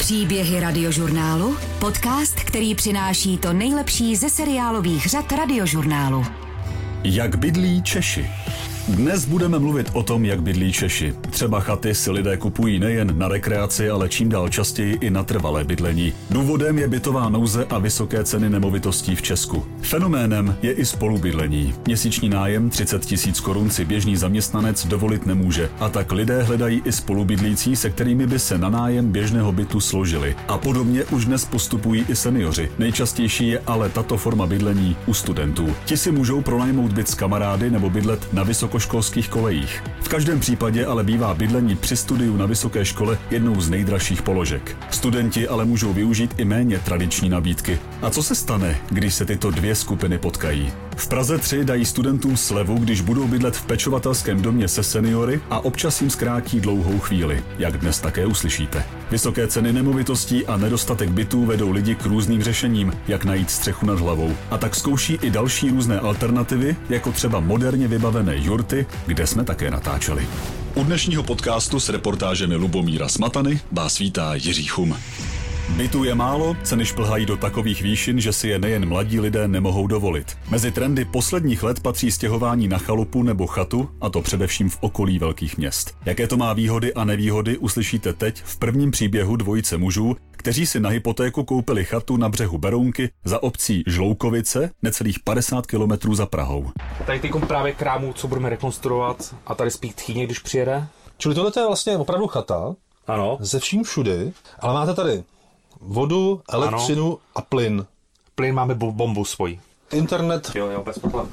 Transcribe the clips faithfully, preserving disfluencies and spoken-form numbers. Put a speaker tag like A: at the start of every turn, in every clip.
A: Příběhy radiožurnálu, podcast, který přináší to nejlepší ze seriálových řad radiožurnálu.
B: Jak bydlí Češi? Dnes budeme mluvit o tom, jak bydlí Češi. Třeba chaty si lidé kupují nejen na rekreaci, ale čím dál častěji i na trvalé bydlení. Důvodem je bytová nouze a vysoké ceny nemovitostí v Česku. Fenoménem je i spolubydlení. Měsíční nájem třicet tisíc korun si běžný zaměstnanec dovolit nemůže. A tak lidé hledají i spolubydlící, se kterými by se na nájem běžného bytu složili. A podobně už dnes postupují i seniori. Nejčastější je ale tato forma bydlení u studentů. Ti si můžou pronajmout byt s kamarády nebo bydlet na vysoké školských kolejích. V každém případě ale bývá bydlení při studiu na vysoké škole jednou z nejdražších položek. Studenti ale můžou využít i méně tradiční nabídky. A co se stane, když se tyto dvě skupiny potkají? V Praze tři dají studentům slevu, když budou bydlet v pečovatelském domě se seniory a občas jim zkrátí dlouhou chvíli, jak dnes také uslyšíte. Vysoké ceny nemovitostí a nedostatek bytů vedou lidi k různým řešením, jak najít střechu nad hlavou. A tak zkouší i další různé alternativy, jako třeba moderně vybavené jurty, kde jsme také natáčeli. U dnešního podcastu s reportážemi Lubomíra Smatany vás vítá Jiří Chum. Bytů je málo, ceny šplhají do takových výšin, že si je nejen mladí lidé nemohou dovolit. Mezi trendy posledních let patří stěhování na chalupu nebo chatu, a to především v okolí velkých měst. Jaké to má výhody a nevýhody, uslyšíte teď v prvním příběhu dvojice mužů, kteří si na hypotéku koupili chatu na břehu Berounky za obcí Žloukovice, necelých padesát kilometrů za Prahou.
C: Tady teď právě krámu, co budeme rekonstruovat, a tady spí tchýně, když přijede.
D: Čili tohle je vlastně opravdu chata.
C: Ano.
D: Ze vším všudy, ale máte tady vodu, elektřinu ano. a plyn.
C: Plyn máme bombu svoji.
D: Internet.
C: Jo, jo, bez problémů.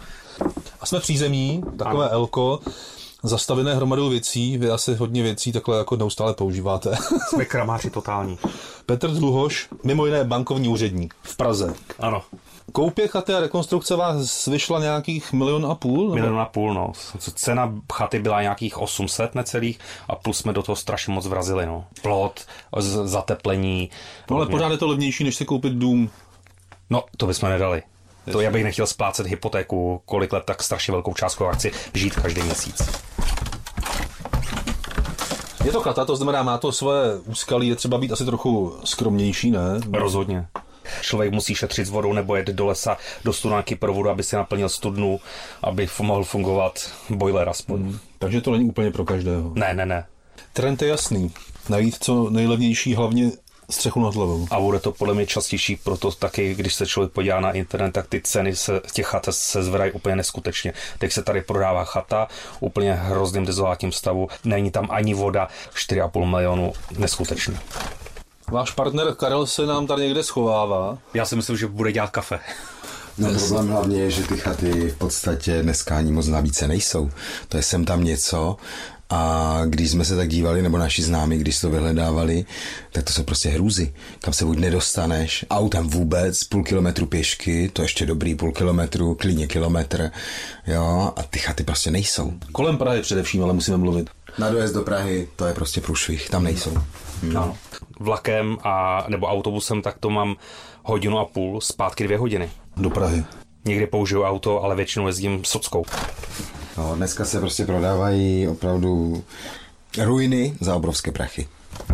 D: A jsme v přízemí, takové ano. elko, zastavené hromadou věcí, vy asi hodně věcí takhle jako neustále používáte.
C: Jsme kramáři totální.
D: Petr Dluhoš, mimo jiné bankovní úředník v Praze.
C: Ano.
D: Koupě chaty a rekonstrukce vás vyšla nějakých milion a půl? Nebo?
C: Milion a půl, no. Cena chaty byla nějakých osm set necelých a plus jsme do toho strašně moc vrazili, no. Plot, z- zateplení.
D: No ale pořád je to levnější, než si koupit dům.
C: No, to bychom nedali. To já bych nechtěl splácet hypotéku kolik let, tak strašně velkou částku a chci žít každý měsíc.
D: Je to chata, to znamená, má to svoje úskalí, je třeba být asi trochu skromnější, ne?
C: Rozhodně. Člověk musí šetřit s vodou nebo jet do lesa, do studánky pro vodu, aby si naplnil studnu, aby mohl fungovat boiler aspoň. Hmm.
D: Takže to není úplně pro každého.
C: Ne, ne, ne.
D: Trend je jasný. Najít co nejlevnější, hlavně střechu nad hlavou.
C: A bude to podle mě častější, proto taky, když se člověk podívá na internet, tak ty ceny se, těch chat se zvedají úplně neskutečně. Teď se tady prodává chata, úplně hrozným dezolátním stavu, není tam ani voda, čtyři a půl milionu, neskutečně.
D: Váš partner Karel se nám tady někde schovává.
C: Já si myslím, že bude dělat kafe.
E: No problém hlavně je, že ty chaty v podstatě dneska ani moc na více nejsou. To je sem tam něco a když jsme se tak dívali, nebo naši známí, když to vyhledávali, tak to jsou prostě hrůzy. Kam se buď nedostaneš, autem vůbec, půl kilometru pěšky, to ještě dobrý půl kilometru, klidně kilometr, jo, a ty chaty prostě nejsou.
D: Kolem Prahy především, ale musíme mluvit.
E: Na dojezd do Prahy, to je prostě průšvih, tam nejsou. Hmm.
C: No. Vlakem a nebo autobusem, tak to mám hodinu a půl, zpátky dvě hodiny.
D: Do Prahy.
C: Někdy použiju auto, ale většinou jezdím sockou.
E: No, dneska se prostě prodávají opravdu ruiny za obrovské prachy.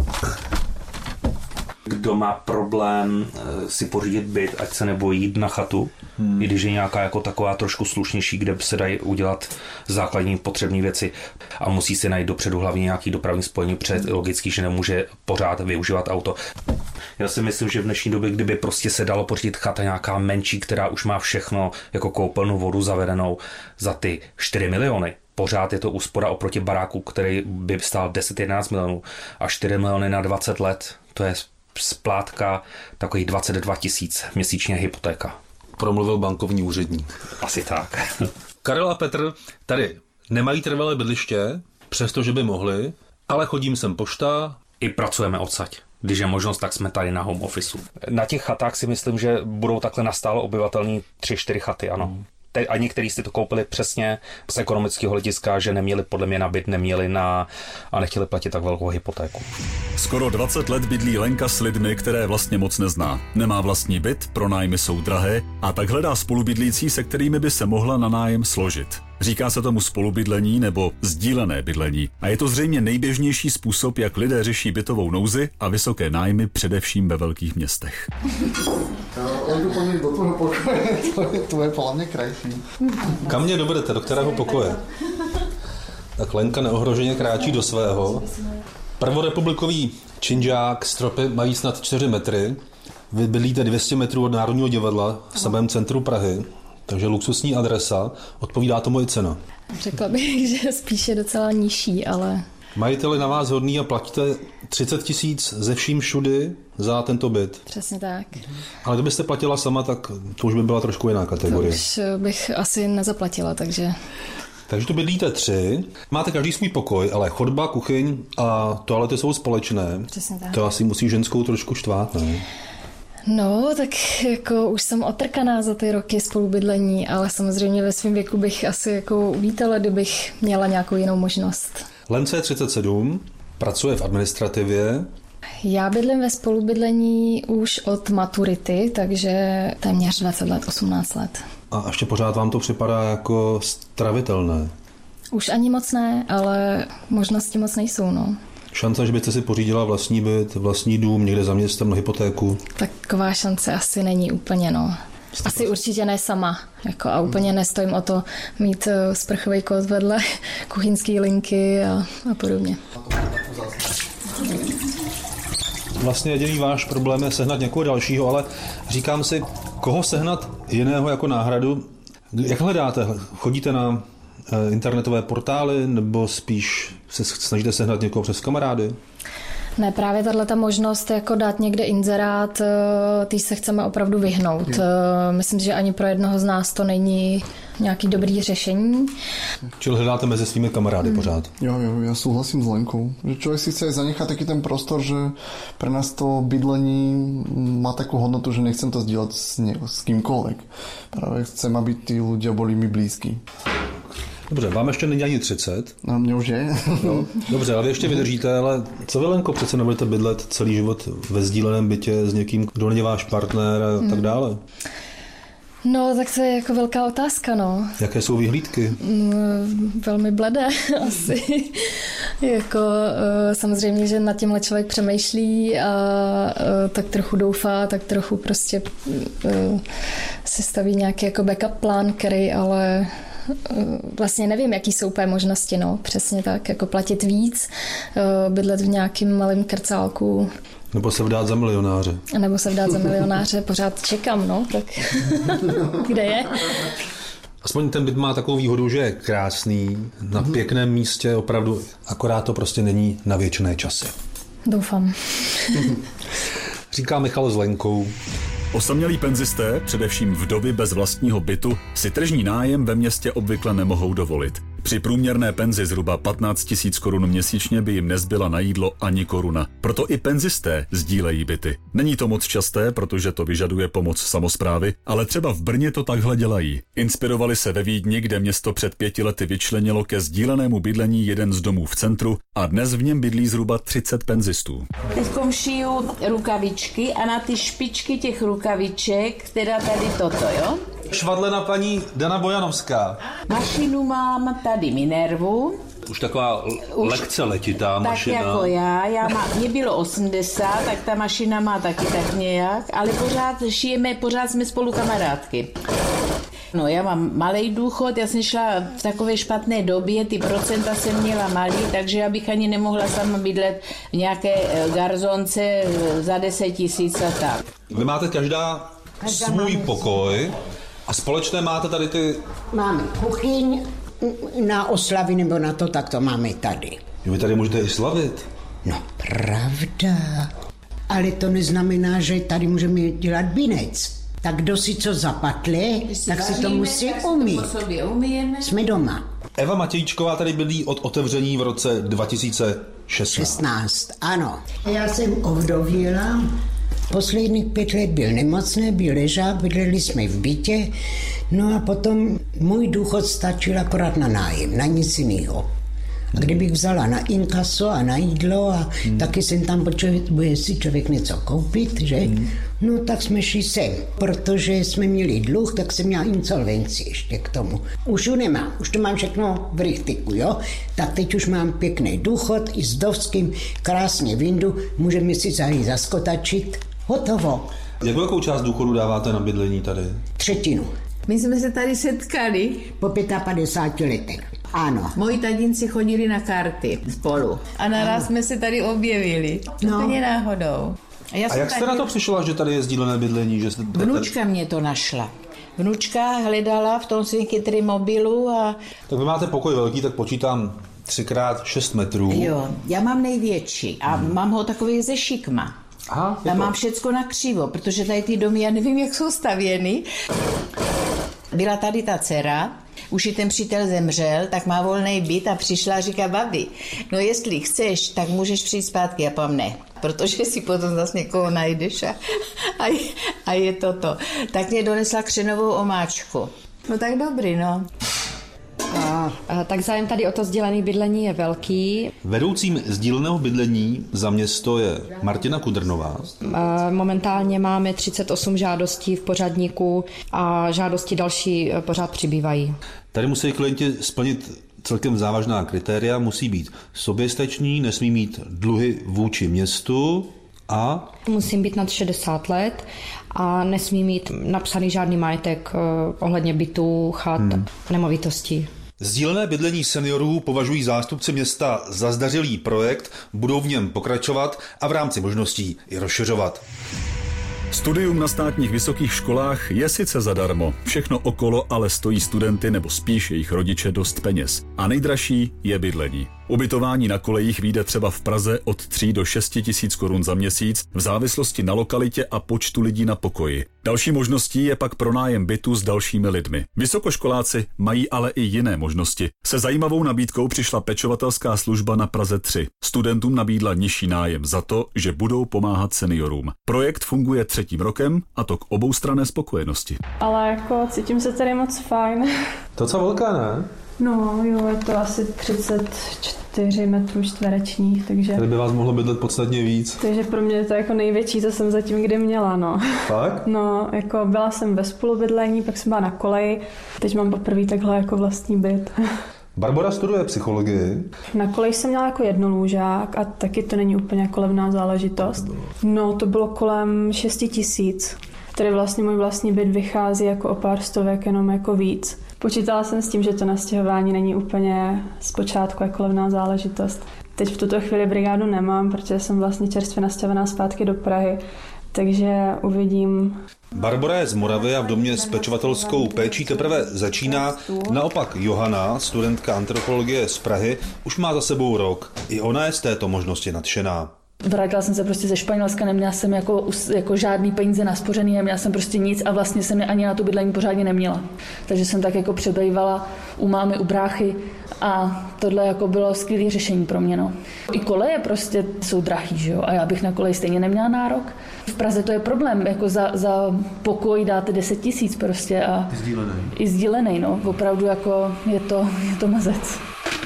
C: Kdo má problém si pořídit byt, ať se nebojí jít na chatu, hmm. i když je nějaká jako taková trošku slušnější, kde se dají udělat základní potřebné věci a musí si najít dopředu hlavně nějaký dopravní spojení, před logický, že nemůže pořád využívat auto. Já si myslím, že v dnešní době, kdyby prostě se dalo pořídit chata nějaká menší, která už má všechno, jako koupelnu, vodu zavedenou za ty čtyři miliony, pořád je to úspora oproti baráku, který by stál deset jedenáct milionů a čtyři miliony na dvacet let, to je splátka takových dvacet dva tisíc měsíčně hypotéka.
D: Promluvil bankovní úředník.
C: Asi tak.
D: Karel a Petr tady nemají trvalé bydliště, přestože by mohli, ale chodím sem pošta.
C: I pracujeme odsaď. Když je možnost, tak jsme tady na home officeu. Na těch chatách si myslím, že budou takhle nastálo obyvatelní tři čtyři chaty, ano. Hmm. A někteří si to koupili přesně z ekonomického hlediska, že neměli podle mě na byt, neměli na a nechtěli platit tak velkou hypotéku.
B: Skoro dvacet let bydlí Lenka s lidmi, které vlastně moc nezná. Nemá vlastní byt, pronájmy jsou drahé a tak hledá spolubydlící, se kterými by se mohla na nájem složit. Říká se tomu spolubydlení nebo sdílené bydlení a je to zřejmě nejběžnější způsob, jak lidé řeší bytovou nouzi a vysoké nájmy především ve velkých městech.
F: Já jdu po něj do toho pokoje, to je, to je podle mě krajší.
D: Kam mě dovedete, do kterého pokoje? Tak Lenka neohroženě kráčí do svého. Prvorepublikový činžák, stropy mají snad čtyři metry. Vy bydlíte dvě stě metrů od Národního divadla v samém centru Prahy, takže luxusní adresa, odpovídá tomu i cena.
G: Řekla bych, že spíše docela nižší, ale...
D: Majiteli na vás hodný a platíte třicet tisíc ze vším všudy za tento byt.
G: Přesně tak.
D: Ale kdybyste platila sama, tak to už by byla trošku jiná kategorie.
G: To už bych asi nezaplatila, takže...
D: Takže tu bydlíte tři, máte každý svůj pokoj, ale chodba, kuchyň a toalety jsou společné.
G: Přesně tak.
D: To asi musí ženskou trošku štvát, ne?
G: No, tak jako už jsem otrkaná za ty roky spolubydlení, ale samozřejmě ve svém věku bych asi jako uvítala, kdybych měla nějakou jinou možnost.
D: Lence je třicet sedm, pracuje v administrativě.
G: Já bydlím ve spolubydlení už od maturity, takže téměř dvacet let, osmnáct let.
D: A ještě pořád vám to připadá jako stravitelné?
G: Už ani moc ne, ale možnosti moc nejsou, no.
D: Šance, že byste si pořídila vlastní byt, vlastní dům, někde za městem na hypotéku?
G: Taková šance asi není úplně, no. Asi určitě ne sama. Jako, a úplně nestojím o to mít sprchový kód vedle kuchyňský linky a, a podobně.
D: Vlastně jediný váš problém je sehnat někoho dalšího, ale říkám si, koho sehnat jiného jako náhradu? Jak hledáte? Chodíte na internetové portály nebo spíš se snažíte sehnat někoho přes kamarády?
G: Ne, právě tato možnost jako dát někde inzerát, tý se chceme opravdu vyhnout. Myslím, že ani pro jednoho z nás to není nějaký dobrý řešení.
D: Čili hledáte mezi svými kamarády hmm. pořád?
F: Jo, jo, ja súhlasím s Lenkou. Že človek si chce aj zanechať taký ten prostor, že pre nás to bydlení má takú hodnotu, že nechcem to sdílet s, ne- s kýmkoľvek. Práve chcem, aby tí ľudia boli mi blízki.
D: Dobře, vám ještě není ani třicet.
F: A mně už je.
D: No, dobře, ale vy ještě vydržíte, ale co vy, Lenko, přece nebudete bydlet celý život ve sdíleném bytě s někým, kdo není váš partner a hmm. tak dále?
G: No, tak to je jako velká otázka, no.
D: Jaké jsou vyhlídky?
G: Mm, velmi bledé, asi. Jako, samozřejmě, že nad tímhle člověk přemýšlí a tak trochu doufá, tak trochu prostě si staví nějaký jako backup plán, který ale vlastně nevím, jaký jsou úplně možnosti, no. Přesně tak, jako platit víc, bydlet v nějakým malém krcálku.
D: Nebo se vdát za milionáře.
G: Nebo se vdát za milionáře, pořád čekám, no, tak kde je?
D: Aspoň ten byt má takovou výhodu, že je krásný, na pěkném místě, opravdu, akorát to prostě není na věčné časy.
G: Doufám.
D: Říká Michal s Lenkou.
B: Osamělí penzisté, především vdovy bez vlastního bytu, si tržní nájem ve městě obvykle nemohou dovolit. Při průměrné penzi zhruba patnáct tisíc korun měsíčně by jim nezbyla na jídlo ani koruna. Proto i penzisté sdílejí byty. Není to moc časté, protože to vyžaduje pomoc samosprávy, ale třeba v Brně to takhle dělají. Inspirovali se ve Vídni, kde město před pěti lety vyčlenilo ke sdílenému bydlení jeden z domů v centru a dnes v něm bydlí zhruba třicet penzistů.
H: Teďkom šiju rukavičky a na ty špičky těch rukaviček, teda tady toto, jo?
D: Švadlena paní Dana Bojanovská.
H: Mašinu mám tady Minervu.
D: Už taková Už, lehce letitá
H: tak
D: mašina.
H: Tak jako já, já má, mě bylo osmdesát, tak ta mašina má taky tak nějak, ale pořád šijeme, pořád jsme spolu kamarádky. No, já mám malej důchod, já jsem šla v takové špatné době, ty procenta jsem měla malý, takže já bych ani nemohla sama bydlet v nějaké garzonce za deset tisíc a tak.
D: Vy máte každá, každá svůj pokoj a společné máte tady ty...
I: Máme kuchyň na oslavy nebo na to, tak to máme tady.
D: Vy tady můžete i slavit.
I: No, pravda. Ale to neznamená, že tady můžeme dělat binec. Tak kdo si co zapatle, tak si to musí umít. Jsme doma.
D: Eva Matějčková tady bydlí od otevření v roce dva tisíce šestnáct.
I: šestnáct, ano. Já jsem ovdověla. Posledních pět let byl nemocný, byl ležák, bydleli jsme v bytě. No a potom můj důchod stačil akorát na nájem, na nic jiného. A kdybych vzala na inkaso a na jídlo a hmm. taky jsem tam potřeboval si člověk něco koupit, že? Hmm. No tak jsme šli sem, protože jsme měli dluh, tak jsem měla insolvenci ještě k tomu. Už ju nemám, už to mám všechno v rychtiku, jo? Tak teď už mám pěkný důchod i s dovským, krásně vindu, můžeme si zajít zaskotačit, hotovo.
D: Jakou jakou část důchodu dáváte na bydlení tady?
I: Třetinu.
H: My jsme se tady setkali.
I: Po padesát pěti letech. Ano.
H: Moji tatínci chodili na karty spolu. A naraz jsme se tady objevili.
I: No.
H: Úplně náhodou.
D: A, já a jak jste tady... na to přišla, že tady je sdílené bydlení? Že jste...
H: Vnučka mě to našla. Vnučka hledala v tom svým chytrým mobilu a...
D: Tak vy máte pokoj velký, tak počítám tři krát šest metrů.
H: Jo, já mám největší a hmm. mám ho takový ze šikma.
D: Aha,
H: tam mám všecko na křivo, protože tady ty domy, já nevím, jak jsou stavěny. Byla tady ta dcera, už i ten přítel zemřel, tak má volný byt a přišla a říká, babi, no jestli chceš, tak můžeš přijít zpátky. Já povím ne, protože si potom zase někoho najdeš a, a, je, a je to to. Tak mě donesla křenovou omáčku. No tak dobrý, no.
J: A, a, tak zájem tady o to sdílené bydlení je velký.
D: Vedoucím sdíleného bydlení za město je Martina Kudrnová.
J: A, momentálně máme třicet osm žádostí v pořadníku a žádosti další pořád přibývají.
D: Tady musí klienti splnit celkem závažná kritéria, musí být soběstační, nesmí mít dluhy vůči městu a...
J: Musím být nad šedesát let a nesmí mít napsaný žádný majetek eh, ohledně bytů, chat, hmm. nemovitostí.
D: Sdílené bydlení seniorů považují zástupci města za zdařilý projekt, budou v něm pokračovat a v rámci možností i rozšiřovat.
B: Studium na státních vysokých školách je sice zadarmo, všechno okolo ale stojí studenty nebo spíš jejich rodiče dost peněz. A nejdražší je bydlení. Ubytování na kolejích vyjde třeba v Praze od tří do šesti tisíc korun za měsíc v závislosti na lokalitě a počtu lidí na pokoji. Další možností je pak pronájem bytu s dalšími lidmi. Vysokoškoláci mají ale i jiné možnosti. Se zajímavou nabídkou přišla pečovatelská služba na Praze tři. Studentům nabídla nižší nájem za to, že budou pomáhat seniorům. Projekt funguje třetím rokem a to k oboustranné spokojenosti.
K: Ale jako cítím se tady moc fajn.
D: To co velká, ne?
K: No jo, je to asi třicet čtyři metrů čtverečních, takže...
D: Tady by vás mohlo bydlet podstatně víc.
K: Takže pro mě je to jako největší, co jsem zatím kdy měla, no.
D: Fakt?
K: No, jako byla jsem ve spolubydlení, pak jsem byla na koleji, teď mám poprvé takhle jako vlastní byt.
D: Barbora studuje psychologii.
K: Na koleji jsem měla jako jednolůžák a taky to není úplně jako levná záležitost. No, to bylo kolem šesti tisíc. Tady vlastně můj vlastní byt vychází jako o pár stovek, jenom jako víc. Počítala jsem s tím, že to nastěhování není úplně zpočátku jako levná záležitost. Teď v tuto chvíli brigádu nemám, protože jsem vlastně čerstvě nastěhovaná zpátky do Prahy, takže uvidím.
D: Barbora je z Moravy a v domě s pečovatelskou péčí teprve začíná. Naopak Johana, studentka antropologie z Prahy, už má za sebou rok. I ona je z této možnosti nadšená.
L: Vrátila jsem se prostě ze Španělska, neměla jsem jako, jako žádný peníze naspořený, neměla jsem prostě nic a vlastně jsem je ani na to bydlení pořádně neměla. Takže jsem tak jako přebývala u mámy, u bráchy a tohle jako bylo skvělé řešení pro mě. No. I koleje prostě jsou drahý, že jo? A já bych na koleji stejně neměla nárok. V Praze to je problém, jako za, za pokoj dáte deset tisíc prostě a...
D: I sdílený.
L: I sdílený, no. Opravdu jako je to, je to mazec.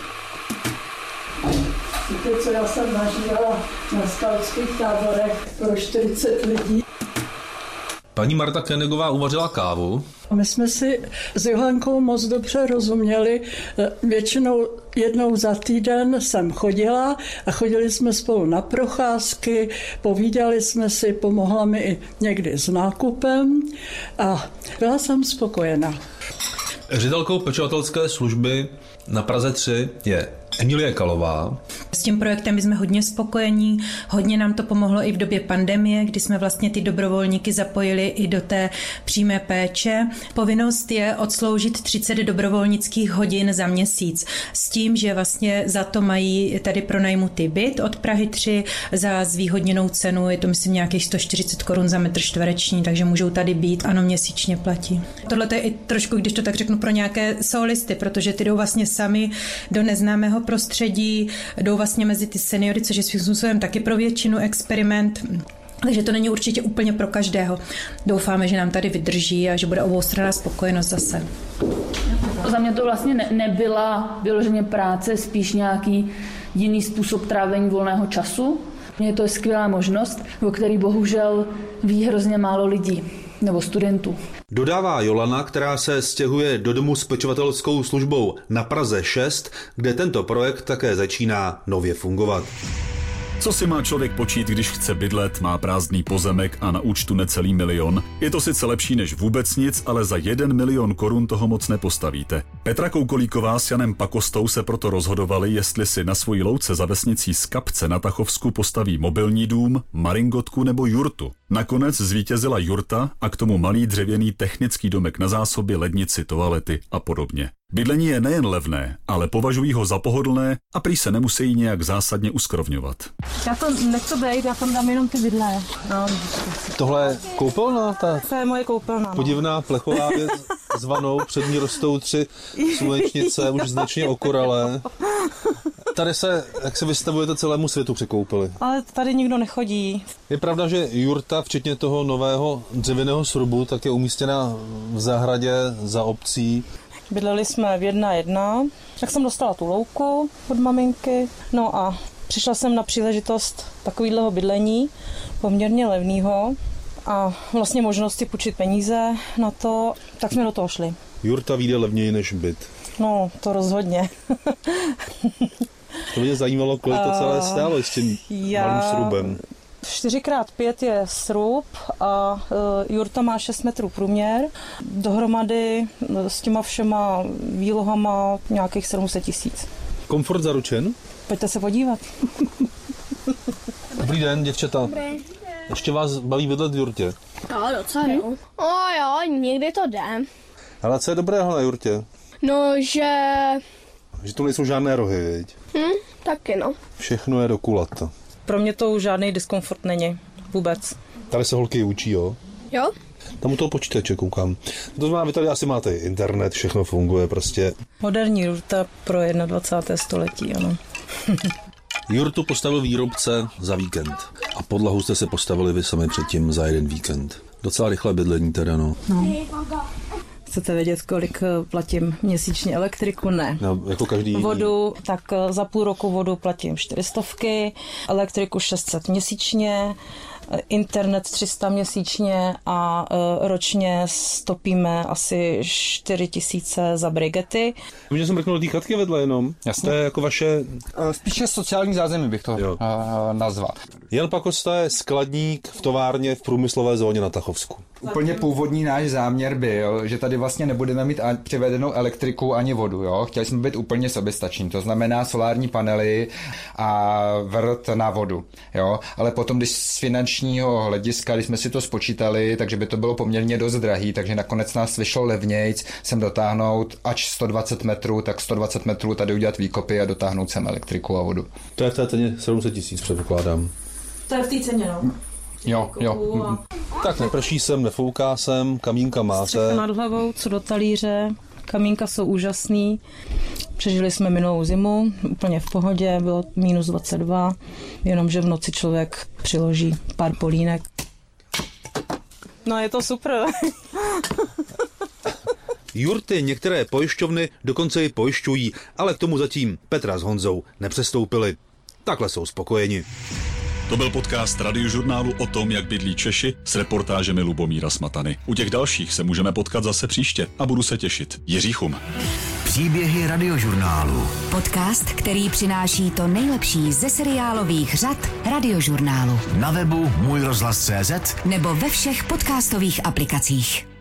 M: Víte, co já jsem nažívala na skautských táborech pro čtyřicet lidí.
D: Paní Marta Kenegová uvařila kávu.
M: My jsme si s Johankou moc dobře rozuměli. Většinou jednou za týden jsem chodila a chodili jsme spolu na procházky, povídali jsme si, pomohla mi i někdy s nákupem a byla jsem spokojená.
D: Ředitelkou pečovatelské služby na Praze tři je Emilie Kalová.
N: S tím projektem jsme hodně spokojení, hodně nám to pomohlo i v době pandemie, kdy jsme vlastně ty dobrovolníky zapojili i do té přímé péče. Povinnost je odsloužit třicet dobrovolnických hodin za měsíc s tím, že vlastně za to mají tady pronajmutý byt od Prahy tři za zvýhodněnou cenu, je to myslím nějakých sto čtyřicet korun za metr čtvereční, takže můžou tady být, ano, měsíčně platí. Tohle je i trošku, když to tak řeknu, pro nějaké solisty, protože ty jdou vlastně sami do neznámého prostředí, jdou vlastně mezi ty seniory, což je svým způsobem taky pro většinu experiment. Takže to není určitě úplně pro každého. Doufáme, že nám tady vydrží a že bude oboustranná spokojenost zase.
L: Za mě to vlastně ne- nebyla vyloženě práce, spíš nějaký jiný způsob trávení volného času. Mně to je skvělá možnost, o který bohužel ví hrozně málo lidí nebo studentů.
D: Dodává Jolana, která se stěhuje do domu s pečovatelskou službou na Praze šest, kde tento projekt také začíná nově fungovat.
B: Co si má člověk počít, když chce bydlet, má prázdný pozemek a na účtu necelý milion? Je to sice lepší než vůbec nic, ale za jeden milion korun toho moc nepostavíte. Petra Koukolíková s Janem Pakostou se proto rozhodovali, jestli si na svojí louce za vesnicí Skapce na Tachovsku postaví mobilní dům, maringotku nebo jurtu. Nakonec zvítězila jurta a k tomu malý dřevěný technický domek na zásoby, lednici, toalety a podobně. Bydlení je nejen levné, ale považují ho za pohodlné a prý se nemusí nějak zásadně uskrovňovat.
O: Já to nechci bejt, já tam dám jenom ty vidle. No.
D: Tohle je koupelna? Ta
O: to je moje koupelna. No.
D: Podivná plechová věc s vanou, před ní rostou tři slunečnice, už značně okoralé. Tady se, jak se vystavujete celému světu při koupeli?
O: Ale tady nikdo nechodí.
D: Je pravda, že jurta, včetně toho nového dřevěného srubu, tak je umístěna v zahradě za obcí.
O: Bydleli jsme v jedna jedna, tak jsem dostala tu louku od maminky, no a přišla jsem na příležitost takového bydlení, poměrně levného a vlastně možnosti půjčit peníze na to, tak jsme do toho šli.
D: Jurta vyjde levněji než byt.
O: No, to rozhodně.
D: To mě zajímalo, kolik to celé stálo s tím Já... malým srubem.
O: čtyři krát pět je srub a uh, jurta má šest metrů průměr. Dohromady s těma všema výlohama nějakých sedm set tisíc.
D: Komfort zaručen?
O: Pojďte se podívat.
D: Dobrý den, děvčata. Dobrý. Ještě vás baví bydlet v jurtě?
P: Jo, docela jo. O jo, někdy to jde.
D: Ale co je dobrého na jurtě?
P: No, že...
D: Že tu nejsou žádné rohy, viď?
P: Hm, taky no.
D: Všechno je do kulata.
O: Pro mě to už žádný diskomfort není. Vůbec.
D: Tady se holky učí, jo?
P: Jo.
D: Tam u toho počítače koukám. To znamená, vy tady asi máte internet, všechno funguje prostě.
O: Moderní jurta pro dvacátého prvního století, ano.
D: Jurtu postavil výrobce za víkend. A podlahu jste se postavili vy sami předtím za jeden víkend. Docela rychlé bydlení teda, no.
O: no. Chcete vědět, kolik platím měsíčně elektriku? Ne.
D: No, jako každý...
O: Vodu, tak za půl roku vodu platím čtyřistovky, elektriku šest set měsíčně, internet tři sta měsíčně a uh, ročně stopíme asi čtyři tisíce za brigety.
D: Můžu jsem mrknout do té chatky vedle jenom?
Q: Jasně.
D: To je jako vaše...
Q: Spíše sociální zázemí bych to uh, nazval.
D: Jan Pakosta je skladník v továrně v průmyslové zóně na Tachovsku.
Q: Úplně původní náš záměr byl, že tady vlastně nebudeme mít ani přivedenou elektriku ani vodu. Jo? Chtěli jsme být úplně soběstační, to znamená solární panely a vrt na vodu. Jo? Ale potom, když z finančního hlediska, když jsme si to spočítali, takže by to bylo poměrně dost drahý, takže nakonec nás vyšlo levnějc sem dotáhnout ač sto dvacet metrů, tak sto dvacet metrů tady udělat výkopy a dotáhnout sem elektriku a vodu.
D: To je v té ceně sedm set tisíc, předpokládám.
O: To je v té ceně, no.
Q: Jo, jo.
O: A...
D: Tak neprší sem, nefouká sem, kamínka máte.
O: Střecha nad hlavou, co do talíře, kamínka jsou úžasný. Přežili jsme minulou zimu, úplně v pohodě, bylo minus dvacet dva, jenomže v noci člověk přiloží pár polínek. No je to super.
D: Jurty některé pojišťovny dokonce i pojišťují, ale k tomu zatím Petra s Honzou nepřestoupili. Takhle jsou spokojeni.
B: To byl podcast Radiožurnálu o tom, jak bydlí Češi s reportážemi Lubomíra Smatany. U těch dalších se můžeme potkat zase příště a budu se těšit. Jiří Chum.
A: Příběhy Radiožurnálu. Podcast, který přináší to nejlepší ze seriálových řad Radiožurnálu.
R: Na webu můj rozhlas tečka cé zet
A: nebo ve všech podcastových aplikacích.